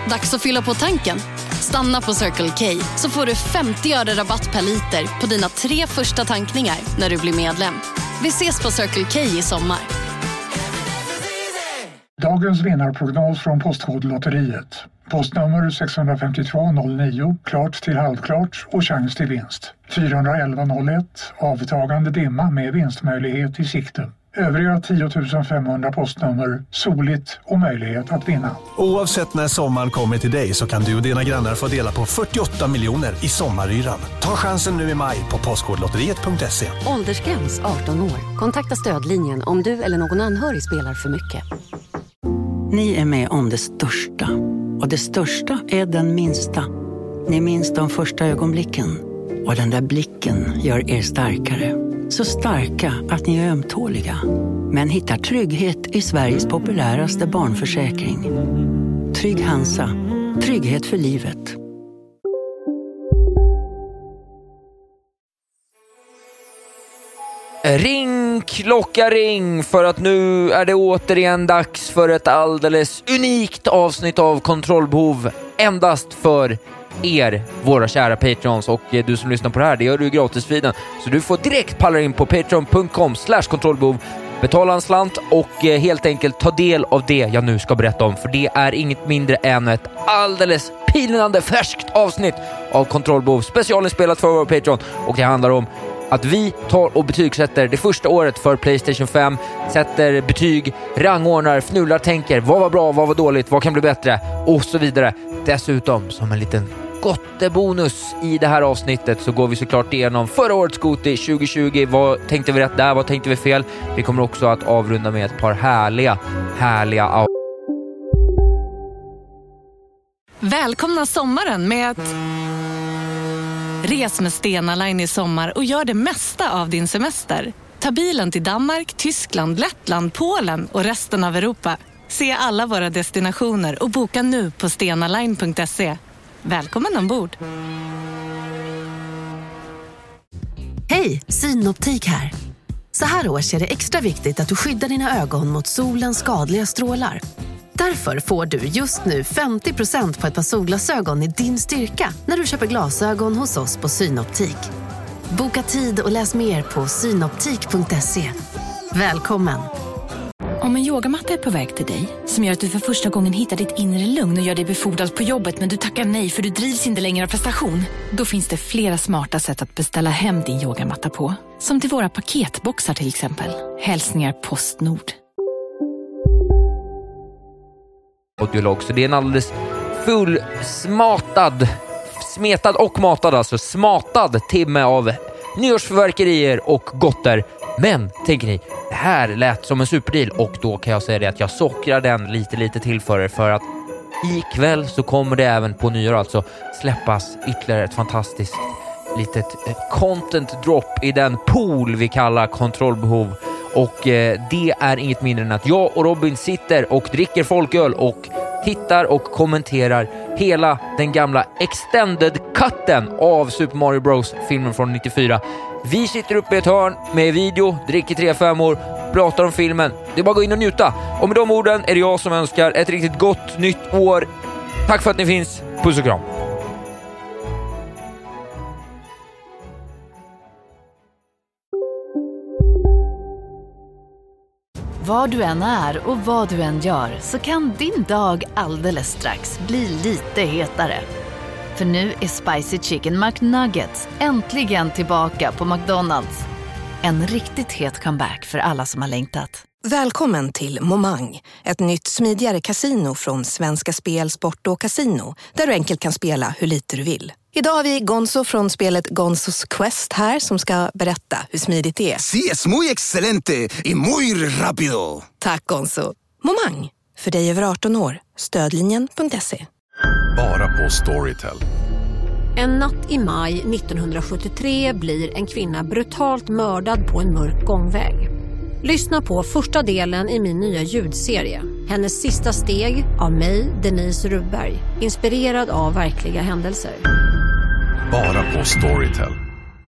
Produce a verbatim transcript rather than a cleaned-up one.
Dags att fylla på tanken. Stanna på Circle K så får du femtio öre rabatt per liter på dina tre första tankningar när du blir medlem. Vi ses på Circle K i sommar. Dagens vinnarprognos från Postkodlotteriet. Postnummer sex fem två noll nio, klart till halvklart och chans till vinst. fyra ett ett noll ett, avtagande dimma med vinstmöjlighet i sikte. Övriga tio tusen femhundra postnummer, soligt och möjlighet att vinna. Oavsett när sommaren kommer till dig så kan du och dina grannar få dela på fyrtioåtta miljoner i sommaryran. Ta chansen nu i maj på postkodlotteriet punkt se. Åldersgräns arton år. Kontakta stödlinjen om du eller någon anhörig spelar för mycket. Ni är med om det största. Och det största är den minsta. Ni minns de första ögonblicken. Och den där blicken gör er starkare. Så starka att ni är ömtåliga. Men hittar trygghet i Sveriges populäraste barnförsäkring. Trygg Hansa. Trygghet för livet. Ring, klocka ring, för att nu är det återigen dags för ett alldeles unikt avsnitt av Kontrollbehov. Endast för er, våra kära Patreons, och du som lyssnar på det här, det gör du gratisfiden. Så du får direkt palla in på patreon punkt com slash kontrollbehov, betala en slant och helt enkelt ta del av det jag nu ska berätta om. För det är inget mindre än ett alldeles pinande färskt avsnitt av Kontrollbehov, specialinspelat för våra Patreon. Och det handlar om att vi tar och betygsätter det första året för PlayStation fem, sätter betyg, rangordnar, fnular, tänker vad var bra, vad var dåligt, vad kan bli bättre och så vidare. Dessutom, som en liten gottebonus i det här avsnittet, så går vi såklart igenom förra årets Goti tjugo tjugo. Vad tänkte vi rätt där, vad tänkte vi fel? Vi kommer också att avrunda med ett par härliga, härliga av- Välkomna sommaren med att res med Stena Line i sommar och gör det mesta av din semester. Ta bilen till Danmark, Tyskland, Lettland, Polen och resten av Europa. Se alla våra destinationer och boka nu på stenaline punkt se. Välkommen ombord! Hej, Synoptik här. Så här års är det extra viktigt att du skyddar dina ögon mot solens skadliga strålar. Därför får du just nu femtio procent på ett par solglasögon i din styrka när du köper glasögon hos oss på Synoptik. Boka tid och läs mer på synoptik punkt se. Välkommen! Om en yogamatta är på väg till dig, som gör att du för första gången hittar ditt inre lugn och gör dig befordrad på jobbet, men du tackar nej för du drivs inte längre av prestation. Då finns det flera smarta sätt att beställa hem din yogamatta på. Som till våra paketboxar till exempel. Hälsningar Postnord. Audiolog, så det är en alldeles full smatad, smetad och matad, alltså smatad timme av nyårsförverkerier och gotter. Men, tänker ni, det här lät som en superdeal, och då kan jag säga det att jag sockrar den lite lite till för er, för att ikväll så kommer det även på nyår alltså släppas ytterligare ett fantastiskt litet content drop i den pool vi kallar Kontrollbehov. Och eh, det är inget mindre än att jag och Robin sitter och dricker folköl och tittar och kommenterar hela den gamla extended cutten av Super Mario Bros. Filmen från nittiofyra. Vi sitter uppe i ett hörn med video, dricker tre femmor, pratar om filmen. Det är bara att gå in och njuta. Och med de orden är det jag som önskar ett riktigt gott nytt år. Tack för att ni finns. Puss och kram. Var du än är och vad du än gör så kan din dag alldeles strax bli lite hetare. För nu är Spicy Chicken McNuggets äntligen tillbaka på McDonald's. En riktigt het comeback för alla som har längtat. Välkommen till Momang, ett nytt smidigare kasino från Svenska Spel, Sport och Casino, där du enkelt kan spela hur lite du vill. Idag har vi Gonzo från spelet Gonzos Quest här som ska berätta hur smidigt det är. Sí, es muy excelente y muy rápido. Tack Gonzo. Momang, för dig över arton år. Stödlinjen punkt se. Bara på Storytel. En natt i maj nittonhundrasjuttiotre blir en kvinna brutalt mördad på en mörk gångväg. Lyssna på första delen i min nya ljudserie. Hennes sista steg av mig, Denise Rubberg. Inspirerad av verkliga händelser. Bara på Storytel.